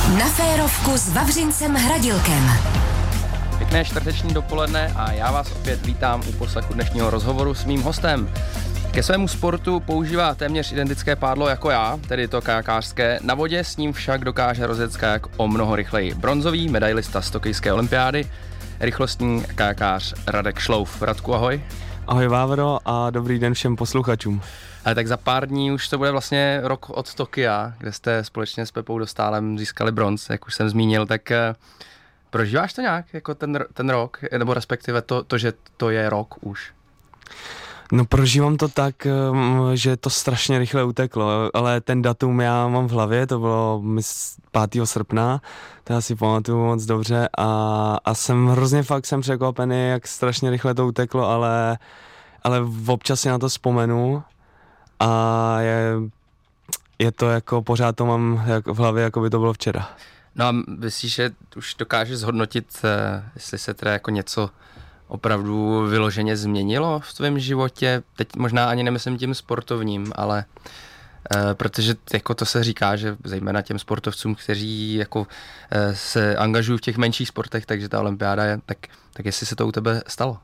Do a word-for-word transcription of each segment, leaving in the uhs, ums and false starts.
Na férovku s Vavřincem Hradilkem. Pěkné čtvrteční dopoledne a já vás opět vítám u poslechu dnešního rozhovoru s mým hostem. Ke svému sportu používá téměř identické pádlo jako já, tedy to kajakářské. Na vodě s ním však dokáže rozjet kajak o mnoho rychleji. Bronzový medailista z tokijské olympiády, rychlostní kajakář Radek Šlouf. Radku, ahoj. Ahoj Vávro a dobrý den všem posluchačům. Ale tak za pár dní už to bude vlastně rok od Tokia, kde jste společně s Pepou Dostálem získali bronz, jak už jsem zmínil, tak prožíváš to nějak, jako ten, ten rok, nebo respektive to, to, že to je rok už? No prožívám to tak, že to strašně rychle uteklo, ale ten datum já mám v hlavě, to bylo pátého srpna, to já si pamatuju moc dobře a, a jsem hrozně fakt jsem překvapený, jak strašně rychle to uteklo, ale, ale občas si na to vzpomenu a je, je to jako, pořád to mám jak v hlavě, jako by to bylo včera. No a myslíš, že už dokážeš zhodnotit, jestli se teda jako něco opravdu vyloženě změnilo v tvém životě? Teď možná ani nemyslím tím sportovním, ale e, protože jako to se říká, že zejména těm sportovcům, kteří jako e, se angažují v těch menších sportech, takže ta olympiáda je, tak, tak jestli se to u tebe stalo?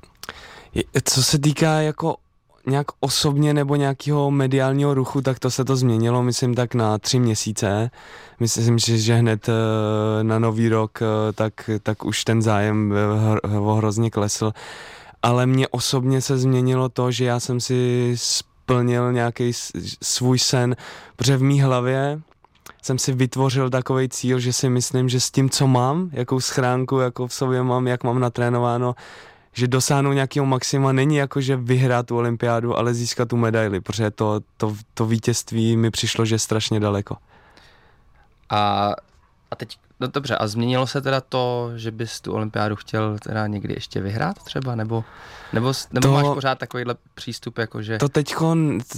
Co se týká jako nějak osobně nebo nějakého mediálního ruchu, tak to se to změnilo, myslím, tak na tři měsíce. Myslím, že hned na nový rok tak, tak už ten zájem hrozně klesl. Ale mě osobně se změnilo to, že já jsem si splnil nějaký svůj sen, protože v mý hlavě jsem si vytvořil takovej cíl, že si myslím, že s tím, co mám, jakou schránku, jako v sobě mám, jak mám natrénováno, že dosáhnout nějakého maxima není jako, že vyhrát tu olympiádu, ale získat tu medaili, protože to, to, to vítězství mi přišlo, že je strašně daleko. A, a teď, no dobře, a změnilo se teda to, že bys tu olympiádu chtěl teda někdy ještě vyhrát třeba, nebo, nebo, nebo to, máš pořád takovýhle přístup, jako že... To teďko,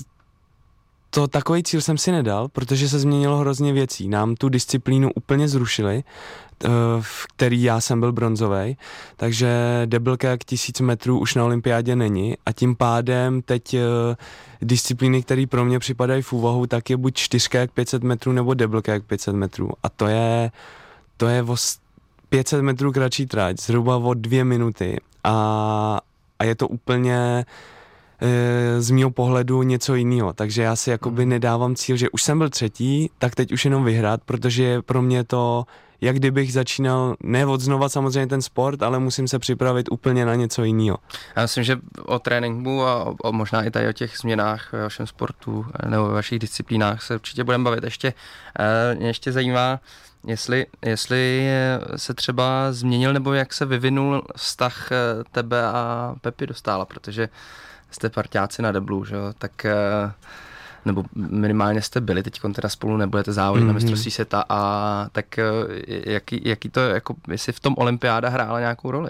to takový cíl jsem si nedal, protože se změnilo hrozně věcí. Nám tu disciplínu úplně zrušili, v který já jsem byl bronzovej, takže double kayak tisíc metrů už na olympiádě není a tím pádem teď disciplíny, které pro mě připadají v úvahu, tak je buď čtyři kayak pět set metrů nebo double kayak pět set metrů a to je, to je o pět set metrů kratší trať, zhruba o dvě minuty a, a je to úplně z mýho pohledu něco jiného, takže já si jakoby nedávám cíl, že už jsem byl třetí, tak teď už jenom vyhrát, protože pro mě to, jak kdybych začínal, ne od znova samozřejmě ten sport, ale musím se připravit úplně na něco jiného. Já myslím, že o tréninku a o, o možná i tady o těch změnách ve vašem sportu nebo ve vašich disciplínách se určitě budeme bavit. Ještě, uh, mě ještě zajímá, jestli, jestli se třeba změnil nebo jak se vyvinul vztah tebe a Pepi Dostála, protože jste parťáci na deblu, že jo, tak nebo minimálně jste byli, teď teda spolu nebudete závodit mm-hmm. na mistrovství světa a tak jaký, jaký to, jako, jestli v tom olympiáda hrála nějakou roli?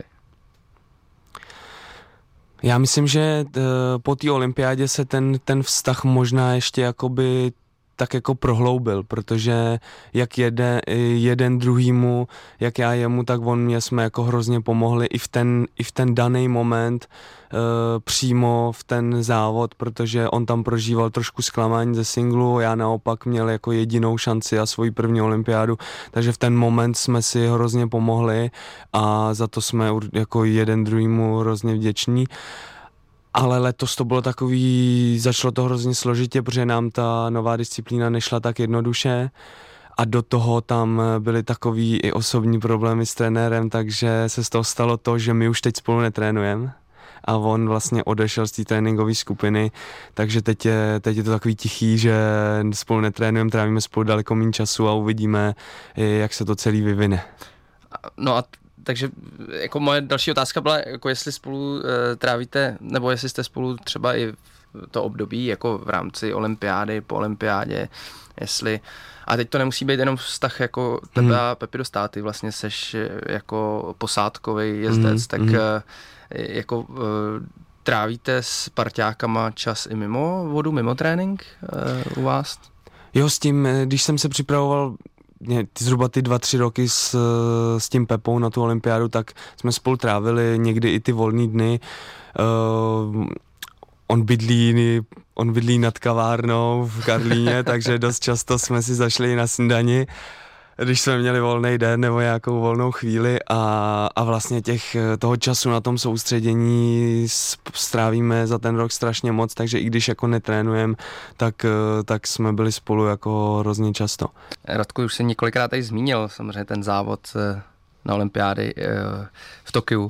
Já myslím, že po té olympiádě se ten, ten vztah možná ještě jakoby tak jako prohloubil, protože jak jede, jeden druhýmu, jak já jemu, tak on mě jsme jako hrozně pomohli i v ten, i v ten daný moment e, přímo v ten závod, protože on tam prožíval trošku zklamání ze singlu, já naopak měl jako jedinou šanci a svoji první olympiádu, takže v ten moment jsme si hrozně pomohli a za to jsme jako jeden druhýmu hrozně vděční. Ale letos to bylo takový, začalo to hrozně složitě, protože nám ta nová disciplína nešla tak jednoduše a do toho tam byly takový i osobní problémy s trenérem, takže se z toho stalo to, že my už teď spolu netrénujeme a on vlastně odešel z té tréninkové skupiny, takže teď je, teď je to takový tichý, že spolu netrénujeme, trávíme spolu daleko méně času a uvidíme, jak se to celý vyvine. No a takže jako moje další otázka byla, jako jestli spolu e, trávíte, nebo jestli jste spolu třeba i to období, jako v rámci olympiády, po olympiádě, jestli, a teď to nemusí být jenom vztah jako tebe mm. a Pepi Dostál, ty vlastně seš jako posádkový jezdec, mm. tak mm. E, jako e, trávíte s parťákama čas i mimo vodu, mimo trénink e, u vás? Jo, s tím, když jsem se připravoval zhruba ty dva, tři roky s, s tím Pepou na tu olympiádu, tak jsme spolu trávili někdy i ty volný dny. Uh, on bydlí, on bydlí nad kavárnou v Karlíně, takže dost často jsme si zašli na snídani. když jsme měli volný den nebo nějakou volnou chvíli a, a vlastně těch, toho času na tom soustředění strávíme za ten rok strašně moc, takže i když jako netrénujeme, tak, tak jsme byli spolu jako hrozně často. Radku, už jsem několikrát tady zmínil samozřejmě ten závod na olympiády v Tokiu.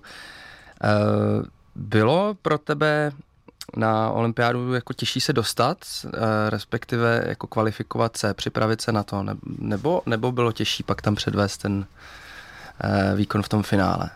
Bylo pro tebe na olympiádu jako těžší se dostat, respektive jako kvalifikovat se, připravit se na to, nebo, nebo bylo těžší pak tam předvést ten výkon v tom finále?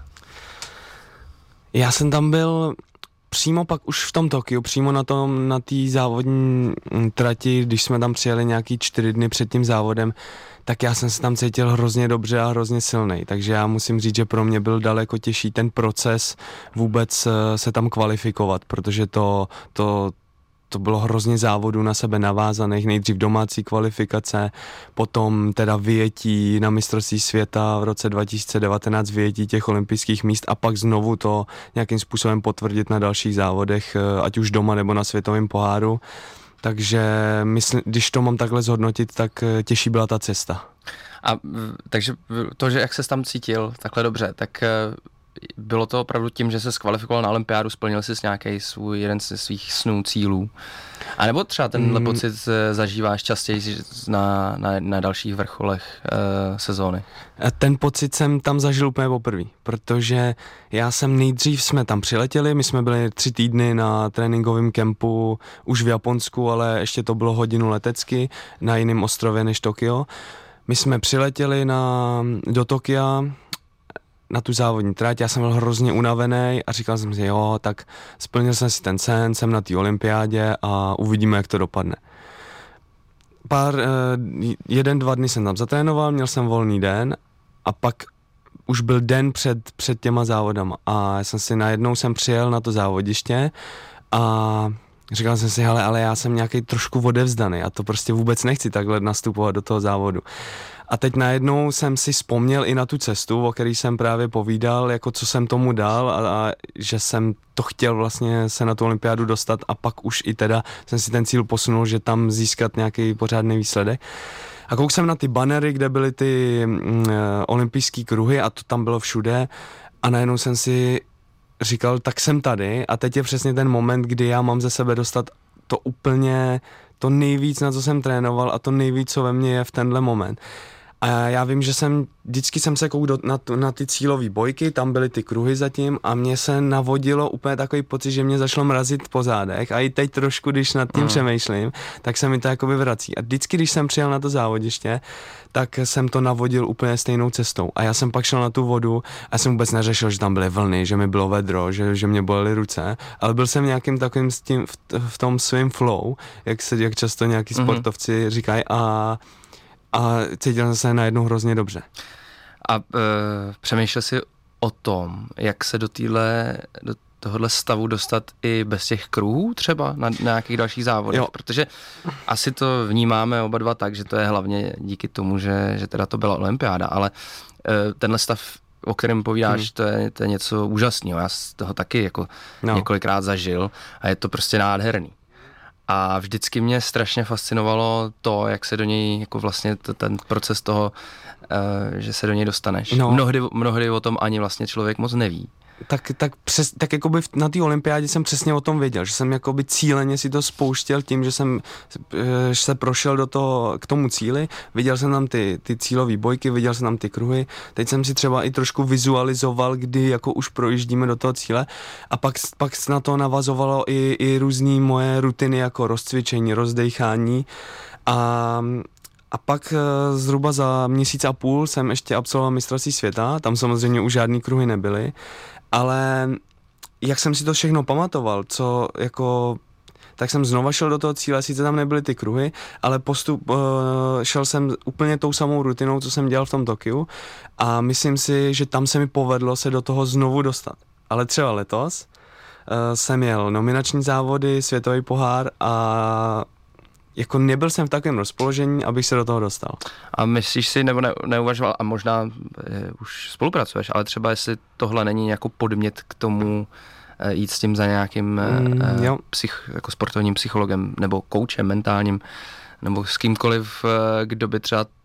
Já jsem tam byl přímo pak už v tom Tokiu, přímo na tom, na té závodní trati, když jsme tam přijeli nějaký čtyři dny před tím závodem, tak já jsem se tam cítil hrozně dobře a hrozně silnej, takže já musím říct, že pro mě byl daleko těžší ten proces vůbec se tam kvalifikovat, protože to, to, to bylo hrozně závodů na sebe navázaných, nejdřív domácí kvalifikace, potom teda vyjetí na mistrovství světa v roce dva tisíce devatenáct, vyjetí těch olympijských míst a pak znovu to nějakým způsobem potvrdit na dalších závodech, ať už doma nebo na světovém poháru. Takže myslím, když to mám takhle zhodnotit, tak těžší byla ta cesta. A takže to, že jak ses tam cítil takhle dobře, tak bylo to opravdu tím, že se skvalifikoval na olympiádu, splnil jsi nějaký svůj jeden ze svých snů, cílů? A nebo třeba tenhle mm. pocit zažíváš častěji na, na, na dalších vrcholech e, sezóny? Ten pocit jsem tam zažil úplně poprvé, protože já jsem nejdřív jsme tam přiletěli, my jsme byli tři týdny na tréninkovém kempu už v Japonsku, ale ještě to bylo hodinu letecky na jiném ostrově než Tokio. My jsme přiletěli na, do Tokia na tu závodní trať, já jsem byl hrozně unavený a říkal jsem si, jo, tak splnil jsem si ten sen, jsem na té olympiádě a uvidíme, jak to dopadne. Pár, jeden, dva dny jsem tam zatrénoval, měl jsem volný den a pak už byl den před, před těma závodama a já jsem si najednou jsem přijel na to závodiště a říkal jsem si, hele, ale já jsem nějaký trošku odevzdaný a to prostě vůbec nechci takhle nastupovat do toho závodu. A teď najednou jsem si vzpomněl i na tu cestu, o který jsem právě povídal, jako co jsem tomu dal a, a že jsem to chtěl vlastně se na tu olympiádu dostat a pak už i teda jsem si ten cíl posunul, že tam získat nějaký pořádný výsledek. A koukal jsem na ty bannery, kde byly ty mm, olympijský kruhy a to tam bylo všude a najednou jsem si říkal, tak jsem tady a teď je přesně ten moment, kdy já mám ze sebe dostat to úplně, to nejvíc, na co jsem trénoval a to nejvíc, co ve mně je v tenhle moment. A já vím, že jsem, vždycky jsem se koukal na, na ty cílové bojky, tam byly ty kruhy zatím a mně se navodilo úplně takový pocit, že mě začalo mrazit po zádech a i teď trošku, když nad tím mm. přemýšlím, tak se mi to jakoby vrací. A vždycky, když jsem přijel na to závodiště, tak jsem to navodil úplně stejnou cestou. A já jsem pak šel na tu vodu a jsem vůbec neřešil, že tam byly vlny, že mi bylo vedro, že, že mě bolely ruce, ale byl jsem nějakým takovým s tím, v, v tom svým flow, jak se jak často nějaký mm-hmm. sportovci říkají a a cítil jsem se najednou hrozně dobře. A e, přemýšlel jsi o tom, jak se do téhle, do tohohle stavu dostat i bez těch kruhů třeba na, na nějakých dalších závodech? Jo. Protože asi to vnímáme oba dva tak, že to je hlavně díky tomu, že, že teda to byla olympiáda, ale e, tenhle stav, o kterém povídáš, hmm. to, je, to je něco úžasného. Já z toho taky jako no. několikrát zažil a je to prostě nádherný. A vždycky mě strašně fascinovalo to, jak se do něj, jako vlastně to, ten proces toho, uh, že se do něj dostaneš. No. Mnohdy, mnohdy o tom ani vlastně člověk moc neví. Tak, tak, přes, tak jakoby na té olympiádě jsem přesně o tom věděl, že jsem jakoby cíleně si to spouštěl tím, že jsem že se prošel do toho, k tomu cíli, viděl jsem tam ty, ty cílové bojky, viděl jsem tam ty kruhy, teď jsem si třeba i trošku vizualizoval, kdy jako už projíždíme do toho cíle a pak, pak na to navazovalo i, i různý moje rutiny jako rozcvičení, rozdejchání a A pak zhruba za měsíc a půl jsem ještě absolvoval mistrovství světa, tam samozřejmě už žádný kruhy nebyly, ale jak jsem si to všechno pamatoval, co jako, tak jsem znova šel do toho cíle, sice tam nebyly ty kruhy, ale postup, šel jsem úplně tou samou rutinou, co jsem dělal v tom Tokiu a myslím si, že tam se mi povedlo se do toho znovu dostat. Ale třeba letos jsem jel nominační závody, světový pohár a jako nebyl jsem v takovém rozpoložení, abych se do toho dostal. A myslíš si, nebo ne, neuvažoval, a možná je, už spolupracuješ, ale třeba jestli tohle není jako podmět k tomu e, jít s tím za nějakým e, psych, jako sportovním psychologem nebo koučem mentálním, nebo s kýmkoliv, e, kdo by třeba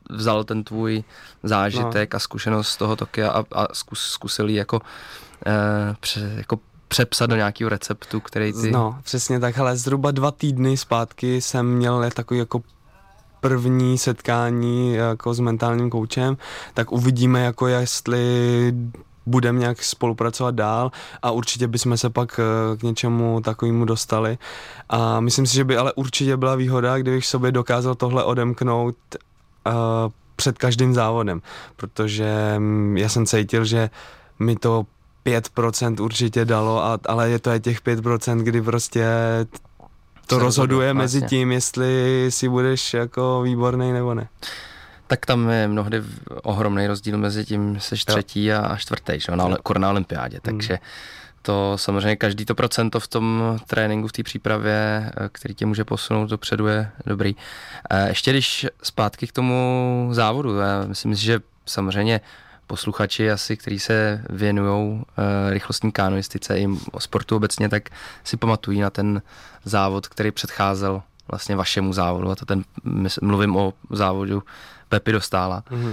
vzal ten tvůj zážitek no. a zkušenost z toho Tokia a, a zkus, zkusil jí jako, eh, pře, jako přepsat do nějakého receptu, který ty... No, přesně tak, ale zhruba dva týdny zpátky jsem měl takový jako první setkání jako s mentálním koučem, tak uvidíme, jako jestli budeme nějak spolupracovat dál a určitě bychom se pak k něčemu takovému dostali. A myslím si, že by ale určitě byla výhoda, kdybych sobě dokázal tohle odemknout uh, před každým závodem, protože já jsem cítil, že mi to pět procent určitě dalo, a, ale je to je těch pět procent, kdy prostě to se rozhoduje mezi vlastně tím, jestli si budeš jako výborný nebo ne. Tak tam je mnohdy ohromný rozdíl mezi tím, seš třetí a čtvrtý, že? Na, na olympiádě, takže to samozřejmě každý to procento v tom tréninku, v té přípravě, který tě může posunout dopředu, je dobrý. Ještě když zpátky k tomu závodu, já myslím, že samozřejmě posluchači asi, kteří se věnují uh, rychlostní kanoistice i o sportu obecně, tak si pamatují na ten závod, který předcházel vlastně vašemu závodu, a to ten, mluvím o závodu Pepy Dostála. Mm-hmm. Uh,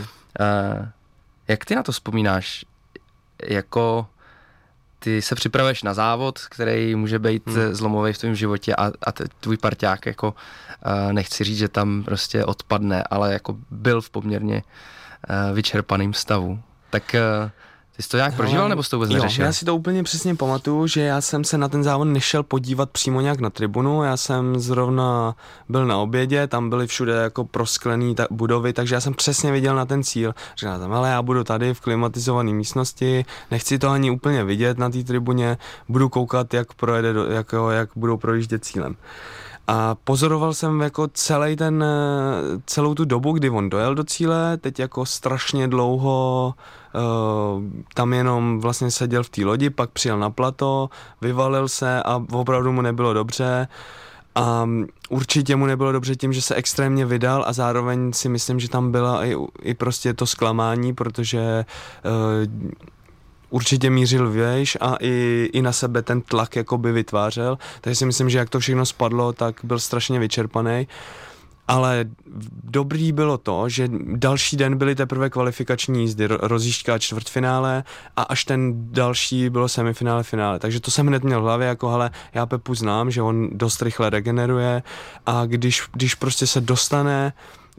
jak ty na to vzpomínáš? Jako ty se připravuješ na závod, který může být mm. zlomový v tvém životě a, a tvůj parťák, jako uh, nechci říct, že tam prostě odpadne, ale jako byl v poměrně uh, vyčerpaným stavu. Tak uh, ty jsi to nějak prožíval, nebo jsi to vůbec neřešil? Já si to úplně přesně pamatuju, že já jsem se na ten závod nešel podívat přímo nějak na tribunu, já jsem zrovna byl na obědě, tam byly všude jako prosklený ta- budovy, takže já jsem přesně viděl na ten cíl. Říkal jsem, ale já budu tady v klimatizované místnosti, nechci to ani úplně vidět na té tribuně, budu koukat, jak projede, do, jak, jak budou projíždět cílem. A pozoroval jsem jako celý ten, celou tu dobu, kdy on dojel do cíle, teď jako strašně dlouho uh, tam jenom vlastně seděl v té lodi, pak přijel na plato, vyvalil se a opravdu mu nebylo dobře. A určitě mu nebylo dobře tím, že se extrémně vydal a zároveň si myslím, že tam byla i, i prostě to zklamání, protože uh, určitě mířil výš a i, i na sebe ten tlak jakoby vytvářel, takže si myslím, že jak to všechno spadlo, tak byl strašně vyčerpaný. Ale dobrý bylo to, že další den byly teprve kvalifikační jízdy, rozjížďka a čtvrtfinále a až ten další bylo semifinále, finále. Takže to jsem hned měl v hlavě, jako hele, já Pepu znám, že on dost rychle regeneruje a když, když prostě se dostane,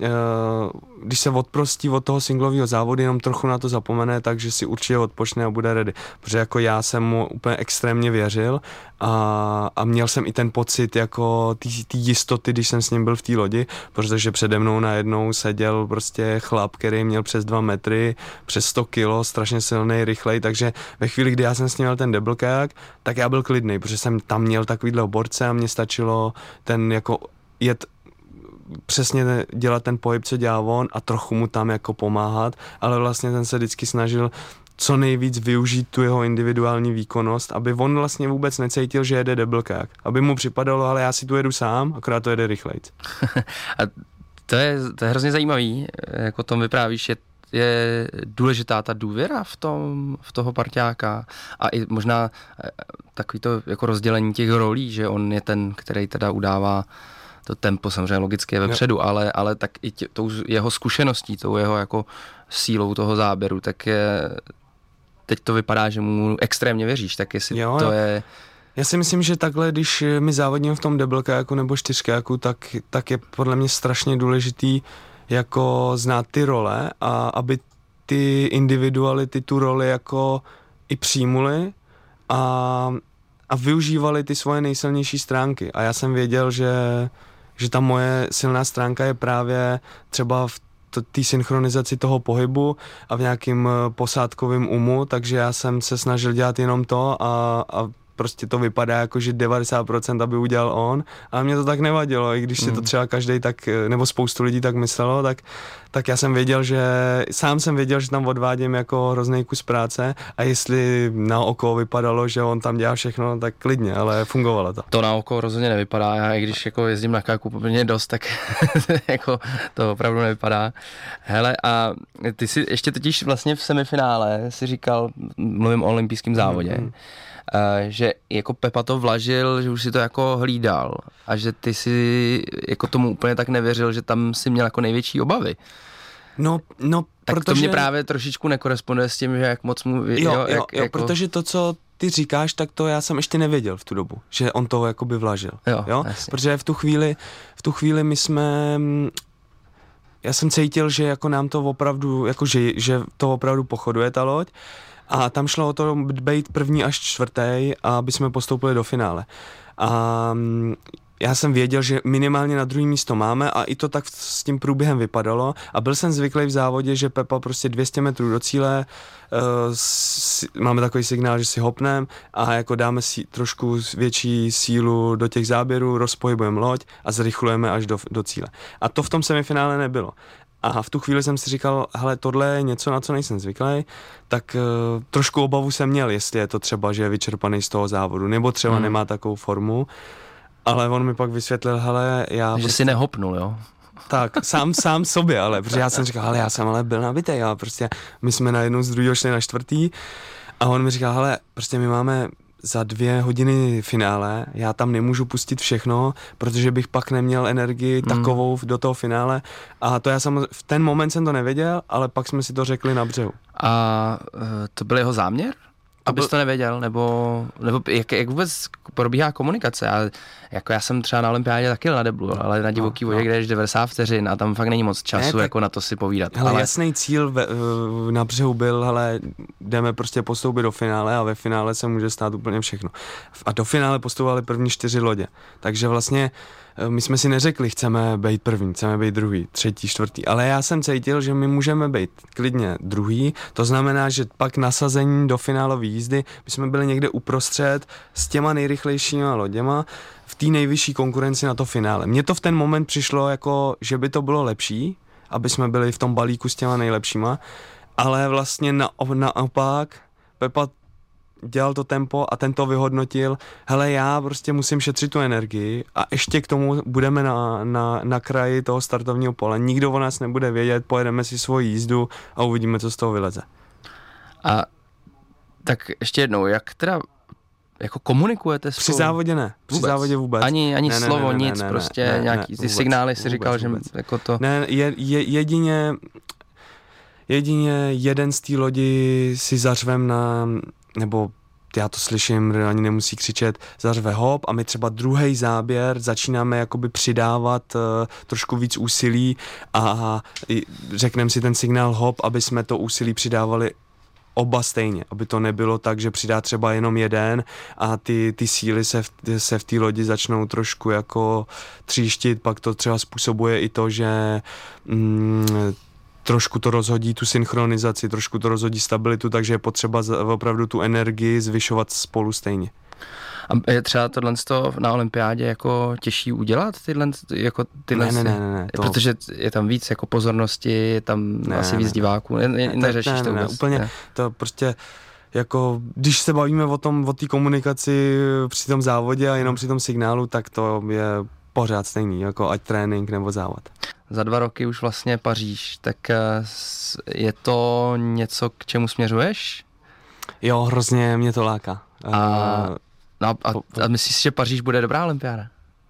když se odprostí od toho singlového závodu, jenom trochu na to zapomene, takže si určitě odpočne a bude ready. Protože jako já jsem mu úplně extrémně věřil a, a měl jsem i ten pocit jako ty jistoty, když jsem s ním byl v té lodi, protože přede mnou najednou seděl prostě chlap, který měl přes dva metry, přes sto kilo, strašně silný, rychlej, takže ve chvíli, kdy já jsem s ním měl ten double kayak, tak já byl klidný, protože jsem tam měl takovýhle oborce a mně stačilo ten jako jet přesně dělat ten pohyb, co dělá on a trochu mu tam jako pomáhat, ale vlastně ten se vždycky snažil co nejvíc využít tu jeho individuální výkonnost, aby on vlastně vůbec necítil, že jede double kayak. Aby mu připadalo, ale já si tu jedu sám, akorát to jede rychlejc. A to je, to je hrozně zajímavý, jak o tom vyprávíš, je, je důležitá ta důvěra v, tom, v toho parťáka a i možná takový to jako rozdělení těch rolí, že on je ten, který teda udává to tempo, samozřejmě logicky je vepředu, ale, ale tak i tě, tou jeho zkušeností, tou jeho jako sílou toho záběru, tak je, teď to vypadá, že mu extrémně věříš, tak jestli jo, to je... Já si myslím, že takhle, když my závodíme v tom double kajaku nebo čtyřkajaku, tak, tak je podle mě strašně důležitý jako znát ty role a aby ty individuality tu roli jako i přijmuli a, a využívali ty svoje nejsilnější stránky. A já jsem věděl, že že ta moje silná stránka je právě třeba v té synchronizaci toho pohybu a v nějakým posádkovém umu, takže já jsem se snažil dělat jenom to a, a prostě to vypadá jako, že devadesát procent aby udělal on, a mě to tak nevadilo, i když si to třeba každý tak, nebo spoustu lidí tak myslelo, tak, tak já jsem věděl, že sám jsem věděl, že tam odvádím jako hrozný kus práce a jestli na oko vypadalo, že on tam dělá všechno, tak klidně, ale fungovalo to. To na oko rozhodně nevypadá, já i když jako jezdím na kajaku poměrně dost, tak jako to opravdu nevypadá. Hele, a ty si ještě totiž vlastně v semifinále si říkal, mluvím o olympijském závodě, mm-hmm. Uh, že jako Pepa to vlažil, že už si to jako hlídal a že ty si jako tomu úplně tak nevěřil, že tam si měl jako největší obavy. No, no, tak protože... to mě právě trošičku nekoresponduje s tím, že jak moc mu... Jo, jo, jo, jak, jo jako... protože to, co ty říkáš, tak to já jsem ještě nevěděl v tu dobu, že on to jakoby vlažil, jo, jo? Protože v tu chvíli, v tu chvíli my jsme... Já jsem cítil, že jako nám to opravdu, jako že, že to opravdu pochoduje ta loď a tam šlo o to být první až čtvrtý, aby jsme postoupili do finále. A já jsem věděl, že minimálně na druhý místo máme a i to tak s tím průběhem vypadalo a byl jsem zvyklý v závodě, že Pepa prostě dvě stě metrů do cíle, uh, si, máme takový signál, že si hopneme a jako dáme si trošku větší sílu do těch záběrů, rozpohybujeme loď a zrychlujeme až do, do cíle. A to v tom semifinále nebylo. A v tu chvíli jsem si říkal, hele, tohle je něco, na co nejsem zvyklý, tak uh, trošku obavu jsem měl, jestli je to třeba, že je vyčerpaný z toho závodu, nebo třeba hmm. nemá takovou formu. Ale on mi pak vysvětlil, hele, já... Že prostě... si nehopnul, jo? Tak, sám, sám sobě, ale, protože já jsem říkal, hele, já jsem ale byl nabitej, ale prostě my jsme na jednou z druhého šli na čtvrtý a on mi říkal, hele, prostě my máme za dvě hodiny finále, já tam nemůžu pustit všechno, protože bych pak neměl energii takovou hmm. do toho finále a to já jsem, v ten moment jsem to nevěděl, ale pak jsme si to řekli na břehu. A to byl jeho záměr? Abys to nevěděl, nebo, nebo jak, jak vůbec probíhá komunikace? Já, jako já jsem třeba na olympiádě taky na deblu, ale na divoký vodě, no, no. kde jdeš devadesát vteřin a tam fakt není moc času ne, tak, jako na to si povídat. Hele, ale jasný cíl ve, na břehu byl, hele, jdeme prostě postoupit do finále a ve finále se může stát úplně všechno. A do finále postupovali první čtyři lodě. Takže vlastně my jsme si neřekli, chceme být první, chceme být druhý, třetí, čtvrtý, ale já jsem cítil, že my můžeme být klidně druhý, to znamená, že pak nasazení do finálové jízdy, my jsme byli někde uprostřed s těma nejrychlejšíma loděma v té nejvyšší konkurenci na to finále. Mně to v ten moment přišlo jako, že by to bylo lepší, aby jsme byli v tom balíku s těma nejlepšíma, ale vlastně na, naopak Pepa dělal to tempo a ten to vyhodnotil, hele, já prostě musím šetřit tu energii a ještě k tomu budeme na, na, na kraji toho startovního pole, nikdo o nás nebude vědět, pojedeme si svoji jízdu a uvidíme, co z toho vyleze. A tak ještě jednou, jak teda jako komunikujete spolu? Při závodě ne, při vůbec. závodě vůbec. Ani, ani ne, ne, slovo, ne, ne, nic, ne, prostě ne, ne, nějaký ne, ty vůbec, signály si vůbec, říkal, vůbec. že jako to... Ne, je, je, jedině, jedině jeden z té lodi si zařvem na, nebo já to slyším, ani nemusí křičet, zařve hop a my třeba druhý záběr začínáme jakoby přidávat uh, trošku víc úsilí a řekneme si ten signál hop, aby jsme to úsilí přidávali oba stejně, aby to nebylo tak, že přidá třeba jenom jeden a ty, ty síly se v, se v té lodi začnou trošku jako tříštit, pak to třeba způsobuje i to, že mm, trošku to rozhodí tu synchronizaci, trošku to rozhodí stabilitu, takže je potřeba opravdu tu energii zvyšovat spolu stejně. A je třeba tohle na olympiádě jako těžší udělat? Tyhle, jako tyhle ne, ne, ne, ne, to... Protože je tam víc jako pozornosti, je tam ne, asi ne, víc diváků, ne, ne, neřešíš ne, ne, to vůbec? Ne, úplně, ne. To prostě jako, když se bavíme o tom, o té komunikaci při tom závodě a jenom při tom signálu, tak to je pořád stejný, jako ať trénink nebo závod. Za dva roky už vlastně Paříž, tak je to něco, k čemu směřuješ? Jo, hrozně mě to láká. A, no a, a myslíš si, že Paříž bude dobrá olympiáda?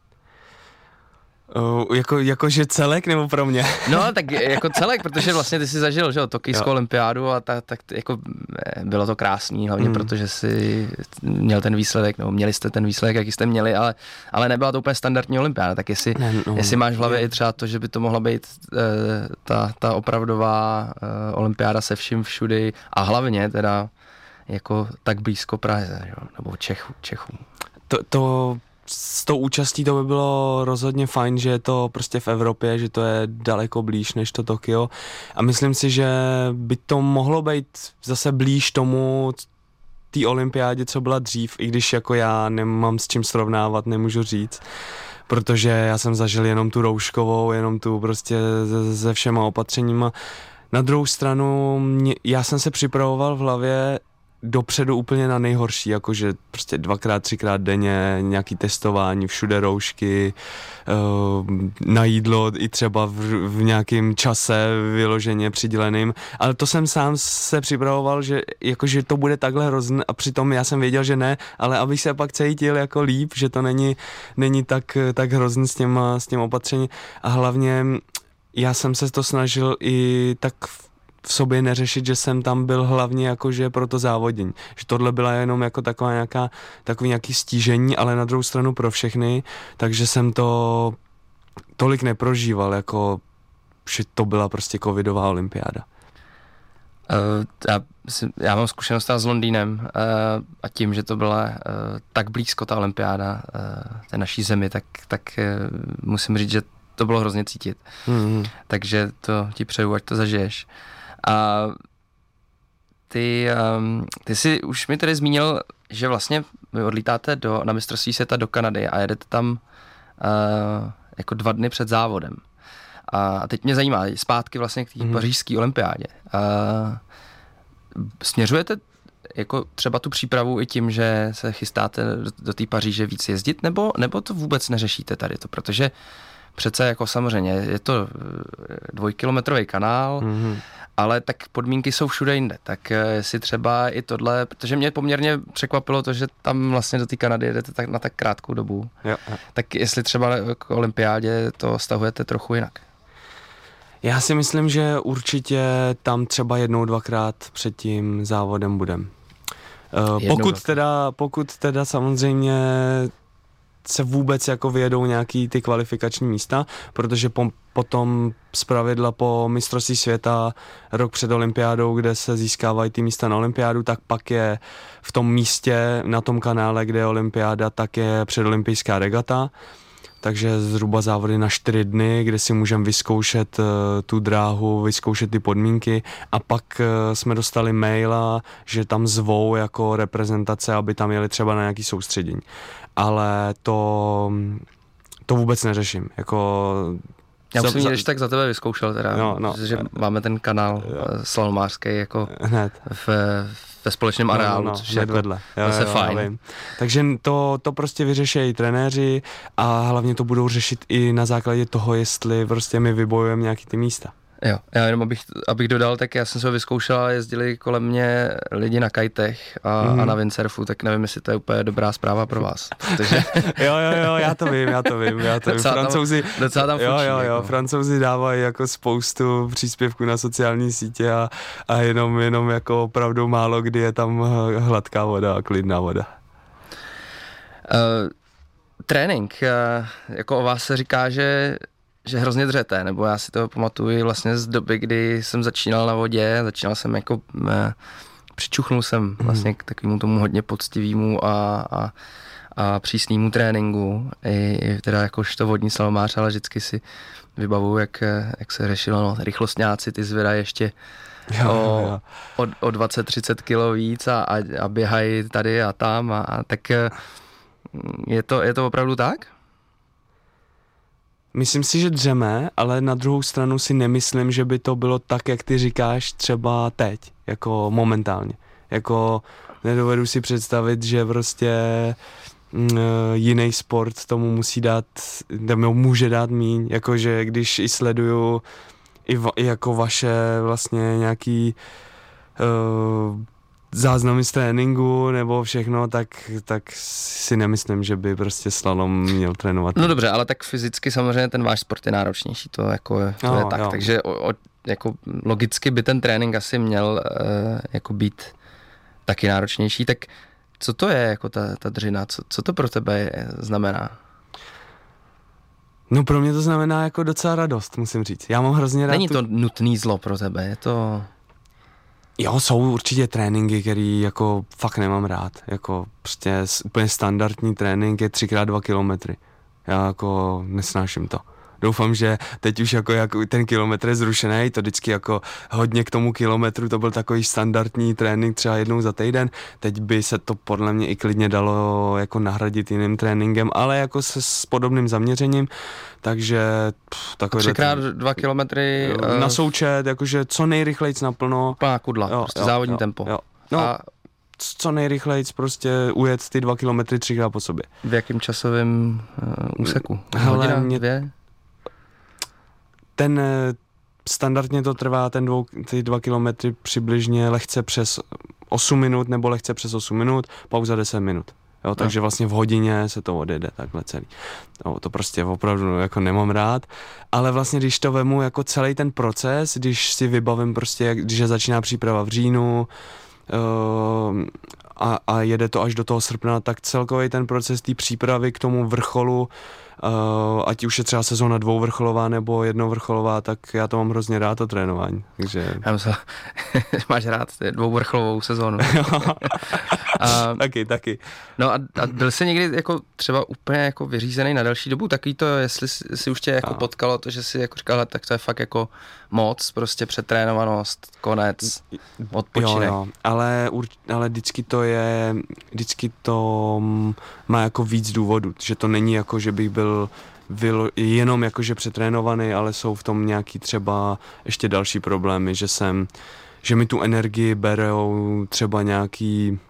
Uh, jako, jakože celek nebo pro mě? No, tak jako celek, protože vlastně ty jsi zažil, že jo, tokijskou olympiádu a tak, tak jako bylo to krásný, hlavně mm. protože jsi měl ten výsledek, nebo měli jste ten výsledek, jaký jste měli, ale, ale nebyla to úplně standardní olympiáda, tak jestli, ne, no, jestli máš v hlavě i třeba to, že by to mohla být uh, ta, ta opravdová uh, olympiáda se vším všudy a hlavně teda jako tak blízko Praze, jo, nebo Čechu, Čechům. To, to s tou účastí to by bylo rozhodně fajn, že je to prostě v Evropě, že to je daleko blíž než to Tokio a myslím si, že by to mohlo být zase blíž tomu té olympiádě, co byla dřív, i když jako já nemám s čím srovnávat, nemůžu říct, protože já jsem zažil jenom tu rouškovou, jenom tu prostě se, se všema opatřeníma. Na druhou stranu, mě, já jsem se připravoval v hlavě dopředu úplně na nejhorší, jakože prostě dvakrát, třikrát denně, nějaký testování, všude roušky, na jídlo i třeba v, v nějakém čase vyloženě přiděleným, ale to jsem sám se připravoval, že jakože to bude takhle hrozný a přitom já jsem věděl, že ne, ale abych se pak cítil jako líp, že to není, není tak, tak hrozný s těma, s těm opatřením a hlavně já jsem se to snažil i tak v sobě neřešit, že jsem tam byl hlavně jakože pro to závodění. Že tohle byla jenom jako taková nějaká, takový nějaký stížení, ale na druhou stranu pro všechny, takže jsem to tolik neprožíval, jako že to byla prostě covidová olympiáda. Uh, já, já mám zkušenost s Londýnem uh, a tím, že to byla uh, tak blízko ta olympiáda uh, té naší zemi, tak, tak uh, musím říct, že to bylo hrozně cítit. Mm-hmm. Takže to ti přeju, ať to zažiješ. A ty, um, ty jsi už mi tedy zmínil, že vlastně vy odlítáte do, na mistrovství světa do Kanady a jedete tam uh, jako dva dny před závodem. A teď mě zajímá, zpátky vlastně k té mm. pařížské olympiádě. Uh, směřujete jako třeba tu přípravu i tím, že se chystáte do, do té Paříže víc jezdit, nebo, nebo to vůbec neřešíte tady to, protože přece jako samozřejmě je to dvojkilometrový kanál, mm-hmm. ale tak podmínky jsou všude jinde, tak si třeba i tohle, protože mě poměrně překvapilo to, že tam vlastně do té Kanady jedete tak, na tak krátkou dobu, jo, jo. Tak jestli třeba k olympiádě to stahujete trochu jinak. Já si myslím, že určitě tam třeba jednou, dvakrát před tím závodem budem. Uh, pokud, teda, pokud teda samozřejmě se vůbec jako vyjedou nějaký ty kvalifikační místa, protože po, potom zpravidla po mistrovství světa rok před olympiádou, kde se získávají ty místa na olympiádu, tak pak je v tom místě na tom kanále, kde je olympiáda, tak je předolympijská regata. Takže zhruba závody na čtyři dny, kde si můžeme vyzkoušet uh, tu dráhu, vyzkoušet ty podmínky a pak uh, jsme dostali maila, že tam zvou jako reprezentace, aby tam jeli třeba na nějaký soustředění. Ale to, to vůbec neřeším. Jako Já už jsem za, tak za tebe vyzkoušel teda, no, no, že no, máme ten kanál slalomářský jako hned v, ve společném areálu, no, no, což je jako vedle. Zase fajn. Vím. Takže to, to prostě vyřešejí trenéři a hlavně to budou řešit i na základě toho, jestli prostě my vybojujeme nějaký ty místa. Jo, já jenom abych, abych dodal, tak já jsem se ho vyzkoušel a jezdili kolem mě lidi na kajtech a, mm. a na windsurfu, tak nevím, jestli to je úplně dobrá zpráva pro vás. Protože... jo, jo, jo, já to vím, já to vím, já to vím. Francouzi, tam, docela tam jo, fučí, jo, jo, jako. Francouzi dávají jako spoustu příspěvků na sociální sítě a, a jenom, jenom jako opravdu málo kdy je tam hladká voda a klidná voda. Uh, trénink, uh, jako o vás se říká, že že hrozně dřete, nebo já si to pamatuju vlastně z doby, kdy jsem začínal na vodě, začínal jsem jako, eh, přičuchnul jsem vlastně k takovému tomu hodně poctivému a, a, a přísnému tréninku, i, i teda jakožto vodní slalomář, ale vždycky si vybavuju, jak, jak se řešilo, no, rychlostňáci, ty zvedají ještě jo, o, jo. o, o dvacet třicet kilo víc a, a, a běhají tady a tam, a, a tak je to, je to opravdu tak? Myslím si, že dřeme, ale na druhou stranu si nemyslím, že by to bylo tak, jak ty říkáš, třeba teď, jako momentálně. Jako nedovedu si představit, že prostě mm, jiný sport tomu musí dát, nebo může dát míň, jakože když i sleduju i, va, i jako vaše vlastně nějaký uh, záznamy z tréninku nebo všechno, tak, tak si nemyslím, že by prostě slalom měl trénovat. No dobře, ale tak fyzicky samozřejmě ten váš sport je náročnější, to jako to no, je tak, jo. Takže o, o, jako logicky by ten trénink asi měl uh, jako být taky náročnější, tak co to je jako ta, ta dřina, co, co to pro tebe je, znamená? No pro mě to znamená jako docela radost, musím říct. Já mám hrozně rád. Není tu... to nutný zlo pro tebe, je to... Jo, jsou určitě tréninky, který jako fakt nemám rád. Jako prostě úplně standardní trénink je tři krát dva kilometry. Já jako nesnáším to. Doufám, že teď už jako, jako ten kilometr je zrušený, to vždycky jako hodně k tomu kilometru, to byl takový standardní trénink třeba jednou za týden, teď by se to podle mě i klidně dalo jako nahradit jiným tréninkem, ale jako se s podobným zaměřením, takže takové... Třikrát dva kilometry... Na uh, součet, jakože co nejrychlejc naplno. Plná kudla, jo, prostě jo, závodní jo, tempo. Jo. No, a co nejrychlejc prostě ujet ty dva kilometry třikrát po sobě. V jakém časovém uh, úseku? Hele, Hodina, mě... dvě? Ten standardně to trvá, ten dvou, ty dva kilometry přibližně lehce přes osm minut nebo lehce přes osm minut, pauza deset minut. Jo, takže vlastně v hodině se to odjede takhle celý. No, to prostě opravdu jako nemám rád, ale vlastně když to vemu jako celý ten proces, když si vybavím prostě, jak, když začíná příprava v říjnu uh, a, a jede to až do toho srpna, tak celkový ten proces té přípravy k tomu vrcholu, Uh, ať už je třeba sezóna dvouvrcholová nebo jednovrcholová, tak já to mám hrozně rád, to trénování. Takže... Já myslím, máš rád dvouvrcholovou sezónu. a, taky, taky. No a, a byl jsi někdy jako třeba úplně jako vyřízený na další dobu? Takový to, jestli si už tě jako a. potkalo to, že si jako říkal, tak to je fakt jako moc, prostě přetrénovanost, konec, odpočinek. Jo, jo. Ale, ale vždycky to je, vždycky to má jako víc důvodů, že to není jako, že bych byl Vylo, jenom jakože přetrénovaný, ale jsou v tom nějaký třeba ještě další problémy, že jsem, že mi tu energii berou třeba nějaký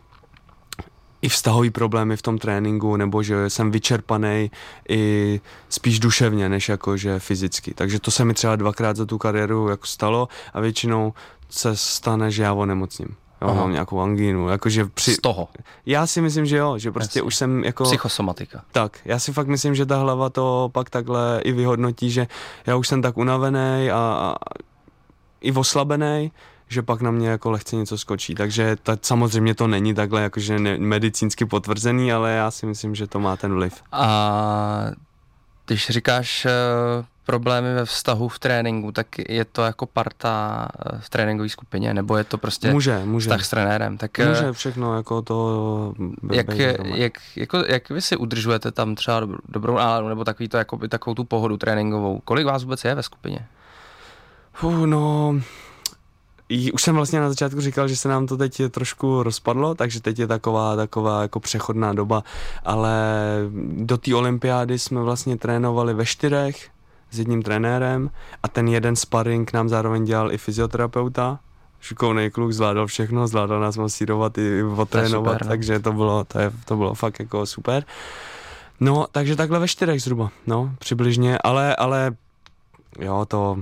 i vztahový problémy v tom tréninku, nebo že jsem vyčerpaný i spíš duševně, než jakože fyzicky. Takže to se mi třeba dvakrát za tu kariéru jako stalo a většinou se stane, že já onemocním. Jo, mám nějakou angínu, jakože při... Z toho? Já si myslím, že jo, že prostě Jasně. už jsem jako... Psychosomatika. Tak, já si fakt myslím, že ta hlava to pak takhle i vyhodnotí, že já už jsem tak unavený a, a i oslabený, že pak na mě jako lehce něco skočí, takže ta, samozřejmě to není takhle jakože ne, medicínsky potvrzený, ale já si myslím, že to má ten vliv. A když říkáš uh, problémy ve vztahu v tréninku, tak je to jako parta v tréninkové skupině, nebo je to prostě může, může. vztah s trenérem? Tak, může všechno, jako to... Jak, jak, jako, jak vy si udržujete tam třeba dobrou náladu, nebo takový to, jakoby, takovou tu pohodu tréninkovou? Kolik vás vůbec je ve skupině? Uh, no... Už jsem vlastně na začátku říkal, že se nám to teď trošku rozpadlo, takže teď je taková, taková jako přechodná doba, ale do té olympiády jsme vlastně trénovali ve čtyřech s jedním trenérem a ten jeden sparring nám zároveň dělal i fyzioterapeuta. Šikovnej kluk, zvládal všechno, zvládal nás masírovat i otrénovat, super, takže to bylo, to, je, to bylo fakt jako super. No, takže takhle ve čtyřech zhruba, no, přibližně, ale, ale jo, to...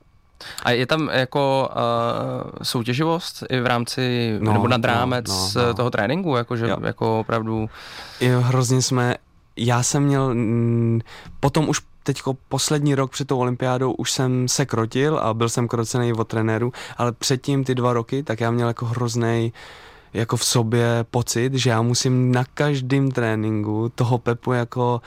A je tam jako uh, soutěživost i v rámci, no, nebo nad rámec no, no, no. toho tréninku, jakože jo. jako opravdu... Jo, hrozně jsme, já jsem měl, m, potom už teďko poslední rok před tou olympiádou už jsem se krotil a byl jsem krocený od trenéru, ale předtím ty dva roky, tak já měl jako hroznej jako v sobě pocit, že já musím na každém tréninku toho Pepu jako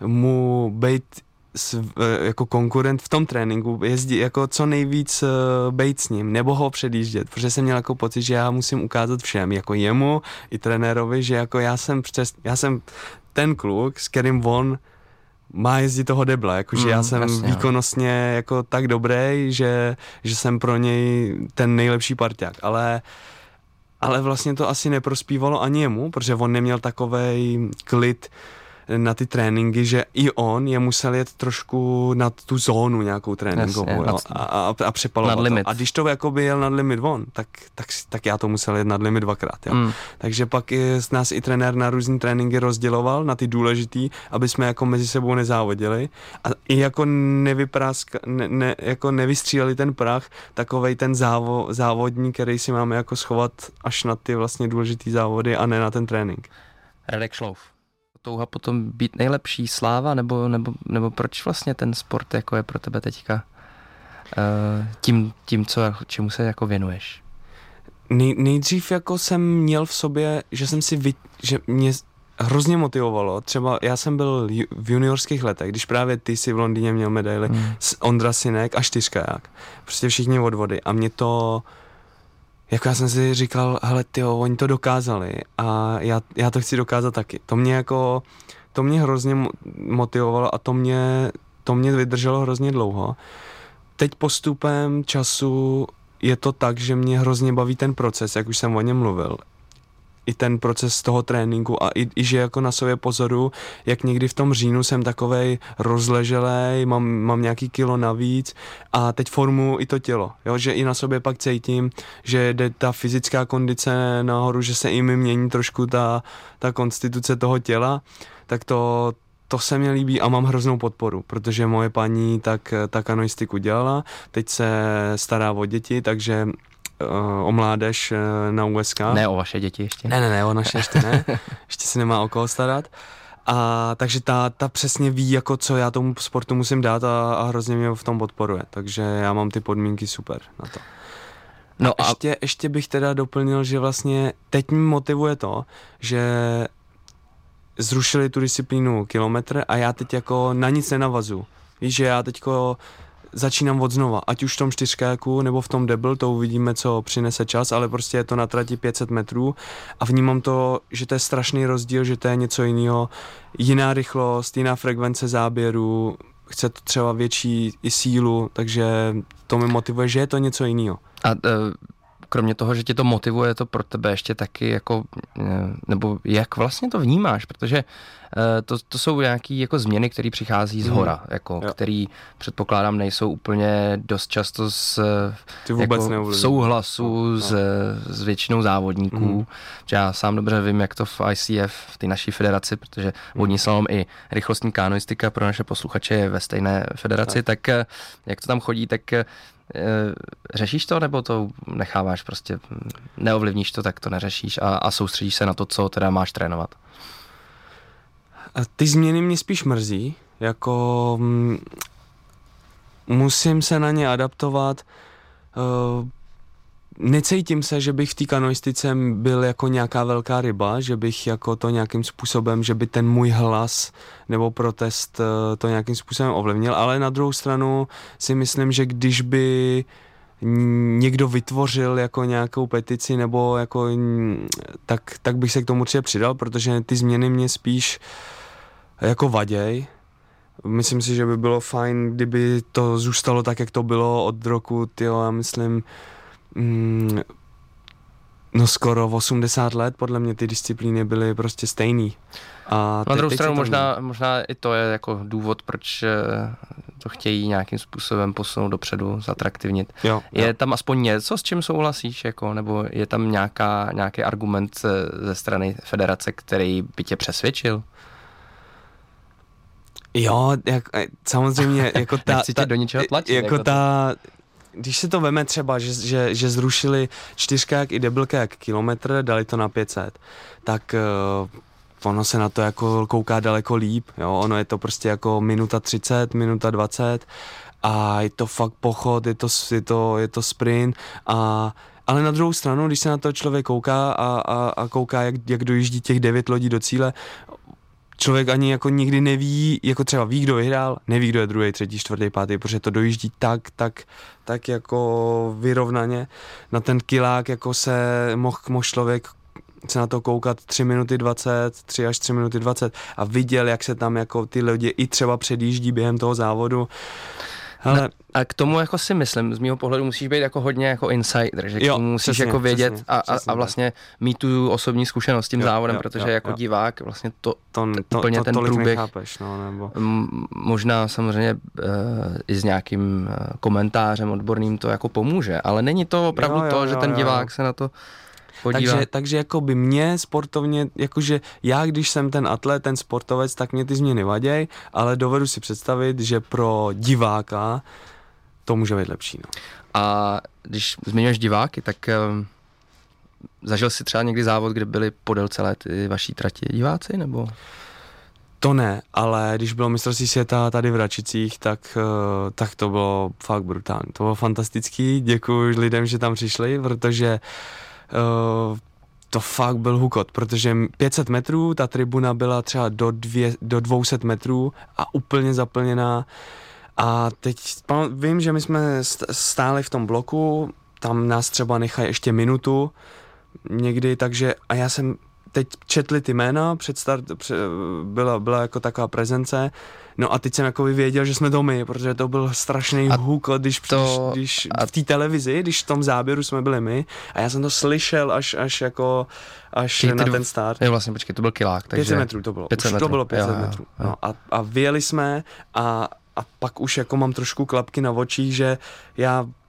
mu bejt S, jako konkurent v tom tréninku, jezdí jako co nejvíc uh, bejt s ním, nebo ho předjíždět, protože jsem měl jako pocit, že já musím ukázat všem, jako jemu i trenérovi, že jako já jsem přes, já jsem ten kluk, s kterým on má jezdit toho debla, jakože mm, já jsem jasně, výkonnostně jako tak dobrý, že, že jsem pro něj ten nejlepší parťák, ale ale vlastně to asi neprospívalo ani jemu, protože on neměl takovej klid na ty tréninky, že i on je musel jet trošku nad tu zónu nějakou tréninkovou, Jasně, jo, a, a, a přepalovat to. A když to jakoby jel nad limit on, tak, tak, tak já to musel jet nad limit dvakrát, jo. Mm. Takže pak z nás i trenér na různý tréninky rozděloval na ty důležitý, aby jsme jako mezi sebou nezávodili a i jako nevypráska, ne, ne, jako nevystříleli ten prach, takovej ten závo, závodní, který si máme jako schovat až na ty vlastně důležitý závody a ne na ten trénink. Radek Šlouf. Touha potom být nejlepší, sláva, nebo, nebo, nebo proč vlastně ten sport jako je pro tebe teďka uh, tím, tím, co, čemu se jako věnuješ? Nej, nejdřív jako jsem měl v sobě, že jsem si, vy, že mě hrozně motivovalo, třeba já jsem byl v juniorských letech, když právě ty si v Londýně měl medaili, hmm. Ondra Synek a čtyřkaják, prostě všichni od vody a mě to... Jako já jsem si říkal, hele tyjo, oni to dokázali a já, já to chci dokázat taky. To mě jako, to mě hrozně motivovalo a to mě, to mě vydrželo hrozně dlouho. Teď postupem času je to tak, že mě hrozně baví ten proces, jak už jsem o něm mluvil. I ten proces toho tréninku a i, i že jako na sobě pozoru, jak někdy v tom říjnu jsem takovej rozleželej, mám, mám nějaký kilo navíc a teď formuju i to tělo, jo? Že i na sobě pak cítím, že jde ta fyzická kondice nahoru, že se i mi mění trošku ta, ta konstituce toho těla, tak to, to se mi líbí a mám hroznou podporu, protože moje paní tak ta kanoistiku dělala, teď se stará o děti, takže uh, o mládež uh, na U S K. Ne o vaše děti ještě. Ne, ne, ne, o naše ještě ne. Ještě si nemá o koho starat. A takže ta, ta přesně ví, jako co já tomu sportu musím dát a, a hrozně mě v tom podporuje. Takže já mám ty podmínky super na to. No a, a ještě, ještě bych teda doplnil, že vlastně teď mě motivuje to, že zrušili tu disciplínu kilometr a já teď jako na nic nenavazu. Víš, že já teďko začínám od znova, ať už v tom čtyřkáku nebo v tom double, to uvidíme, co přinese čas, ale prostě je to na trati pět set metrů a vnímám to, že to je strašný rozdíl, že to je něco jiného, jiná rychlost, jiná frekvence záběru, chce to třeba větší i sílu, takže to mi motivuje, že je to něco jiného. A uh... kromě toho, že tě to motivuje, to pro tebe ještě taky jako, nebo jak vlastně to vnímáš, protože to, to jsou nějaké jako změny, které přichází z hora, mm. jako, který předpokládám nejsou úplně dost často s, jako v souhlasu no, no. S, s většinou závodníků. Mm. Že já sám dobře vím, jak to v I C F, v té naší federaci, protože vodní slalom i rychlostní kanoistika pro naše posluchače je ve stejné federaci, tak, tak jak to tam chodí, tak řešíš to, nebo to necháváš prostě, neovlivníš to, tak to neřešíš a, a soustředíš se na to, co teda máš trénovat? A ty změny mě spíš mrzí, jako m, musím se na ně adaptovat, uh, necítím se, že bych v té kanoistice byl jako nějaká velká ryba, že bych jako to nějakým způsobem, že by ten můj hlas nebo protest to nějakým způsobem ovlivnil, ale na druhou stranu si myslím, že když by někdo vytvořil jako nějakou petici nebo jako, tak, tak bych se k tomu určitě přidal, protože ty změny mě spíš jako vaděj. Myslím si, že by bylo fajn, kdyby to zůstalo tak, jak to bylo od roku, tyjo, já myslím, Mm, no skoro osmdesát let, podle mě ty disciplíny byly prostě stejný. A na druhou stranu možná, možná i to je jako důvod, proč to chtějí nějakým způsobem posunout dopředu, zatraktivnit. Jo, je jo. Tam aspoň něco, s čím souhlasíš, jako, nebo je tam nějaká, nějaký argument ze strany federace, který by tě přesvědčil? Jo, jak, samozřejmě jako ta... Nechci tě ta, do ničeho tlačit. Jako, jako ta... Když se to veme třeba, že, že, že zrušili čtyřkák i doubлекák kilometr, dali to na pět set, tak uh, ono se na to jako kouká daleko líp, jo? Ono je to prostě jako minuta třicet, minuta dvacet a je to fakt pochod, je to, je to, je to sprint a ale na druhou stranu, když se na to člověk kouká a, a, a kouká, jak, jak dojíždí těch devět lodí do cíle, člověk ani jako nikdy neví, jako třeba ví, kdo vyhrál, neví, kdo je druhý, třetí, čtvrtý, pátý, protože to dojíždí tak, tak, tak jako vyrovnaně. Na ten kilák jako se mohl moh člověk se na to koukat tři minuty dvacet, tři až tři minuty dvacet a viděl, jak se tam jako ty lidi i třeba předjíždí během toho závodu. Ale... A k tomu jako si myslím, z mýho pohledu musíš být jako hodně jako insider, že jo, musíš přesně, jako vědět přesně, a, přesně, a vlastně mít tu osobní zkušenost s tím jo, závodem, jo, protože jo, jako jo. divák vlastně to, to, to úplně to, ten průběh nechápeš, no, nebo... m, možná samozřejmě uh, i s nějakým uh, komentářem odborným to jako pomůže, ale není to opravdu jo, jo, to, že jo, ten divák jo. se na to podívá. Takže, takže jako by mě sportovně, jakože já, když jsem ten atlet, ten sportovec, tak mě ty změny vaděj, ale dovedu si představit, že pro diváka to může být lepší. No. A když zmiňuješ diváky, tak um, zažil jsi třeba někdy závod, kde byli podél celé ty vaší trati diváci, nebo? To ne, ale když bylo mistrovství světa tady v Račicích, tak, uh, tak to bylo fakt brutální. To bylo fantastický, děkuji lidem, že tam přišli, protože uh, to fakt byl hukot, protože pět set metrů, ta tribuna byla třeba do, dvě, do dvě stě metrů a úplně zaplněná. A teď vím, že my jsme stáli v tom bloku, tam nás třeba nechají ještě minutu někdy, takže a já jsem teď četli ty jména, před start, před, byla, byla jako taková prezence, no a teď jsem jako věděl, že jsme to my, protože to byl strašný huk, když, to, když a... v té televizi, když v tom záběru jsme byli my a já jsem to slyšel až, až jako až Kejtru, na ten start. Je vlastně, počkej, to byl kilák, takže... pět set metrů to bylo, pět set už metrů. to bylo pět set jo, metrů. jo. No a, a vyjeli jsme a, a pak už jako mám trošku klapky na očích, že já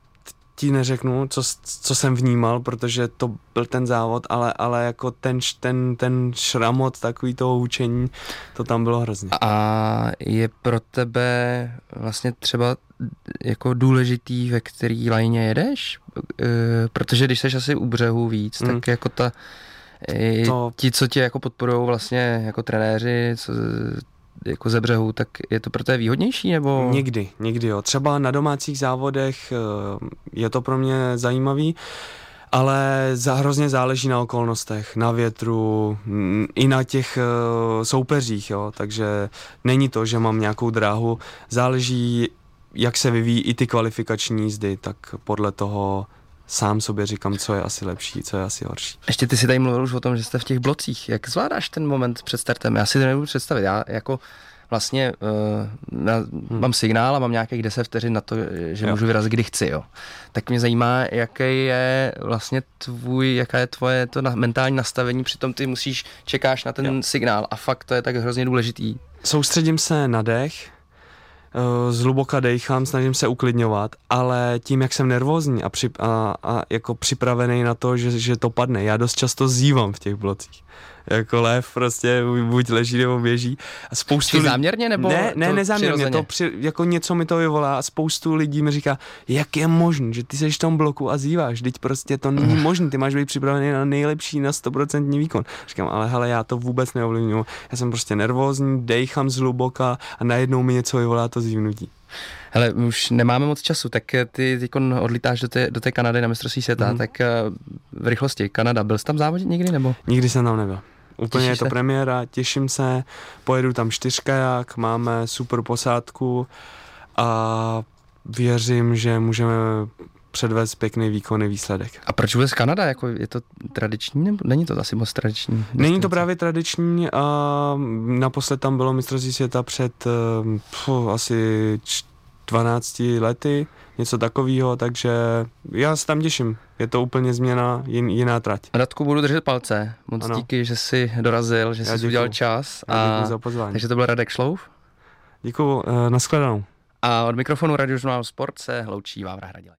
ti neřeknu, co, co jsem vnímal, protože to byl ten závod, ale, ale jako ten, ten, ten šramot, takový toho učení, to tam bylo hrozně. A je pro tebe vlastně třeba jako důležitý, ve který lajně jedeš? E, protože když seš asi u břehu víc, mm. tak jako ta to... ti, co tě jako podporujou vlastně jako trenéři, co, jako ze břehu, tak je to pro tebe výhodnější, nebo? Někdy, někdy jo. Třeba na domácích závodech je to pro mě zajímavý, ale za, hrozně záleží na okolnostech, na větru, i na těch soupeřích, jo. Takže není to, že mám nějakou dráhu, záleží, jak se vyvíjí i ty kvalifikační jízdy, tak podle toho sám sobě říkám, co je asi lepší, co je asi horší. Ještě ty si tady mluvil už o tom, že jste v těch blocích. Jak zvládáš ten moment před startem? Já si to nebudu představit. Já jako vlastně uh, já hmm. mám signál a mám nějakých deset vteřin na to, že jo. můžu vyrazit, kdy chci. Jo. Tak mě zajímá, jaký je vlastně tvůj, jaká je tvoje to na, mentální nastavení, přitom ty musíš, čekáš na ten jo. signál a fakt to je tak hrozně důležitý. Soustředím se na dech, zhluboka dejchám, snažím se uklidňovat, ale tím, jak jsem nervózní a, při, a, a jako připravený na to, že, že to padne, já dost často zívám v těch blocích. Jako lev prostě buď leží nebo běží. A spoustu lidí... záměrně nebo Ne, ne, nezáměrně, to při, jako něco mi to vyvolá a spoustu lidí mi říká, jak je možné, že ty seš v tom bloku a zíváš, vždyť prostě to není možné, ty máš být připravený na nejlepší, na sto procent výkon. Říkám, ale hele, já to vůbec neovlivňuji, já jsem prostě nervózní, dejchám zhluboka a najednou mi něco vyvolá to zívnutí. Hele, už nemáme moc času, tak ty teď odlítáš do té, do té Kanady na mistrovství světa, mm. tak v rychlosti, Kanada, byl jsi tam závodit někdy, nebo? Nikdy jsem tam nebyl. Úplně Těšíš je to se? Premiéra, těším se, pojedu tam čtyřkajak, máme super posádku a věřím, že můžeme předvést pěkný výkonný výsledek. A proč vůbec Kanada? Jako je to tradiční, nebo není to asi moc tradiční? Není to právě tradiční a naposled tam bylo mistrovství světa před pf, asi dvanácti lety, něco takového, takže já se tam těším. Je to úplně změna, jin, jiná trať. Radku, budu držet palce. Moc ano. díky, že jsi dorazil, že já jsi děkuju. udělal čas. Já a... za pozvání. Takže to byl Radek Šlouf. Děkuju, nashledanou. A od mikrofonu Radiožurnálu Sport se loučí Vávra Hradilek.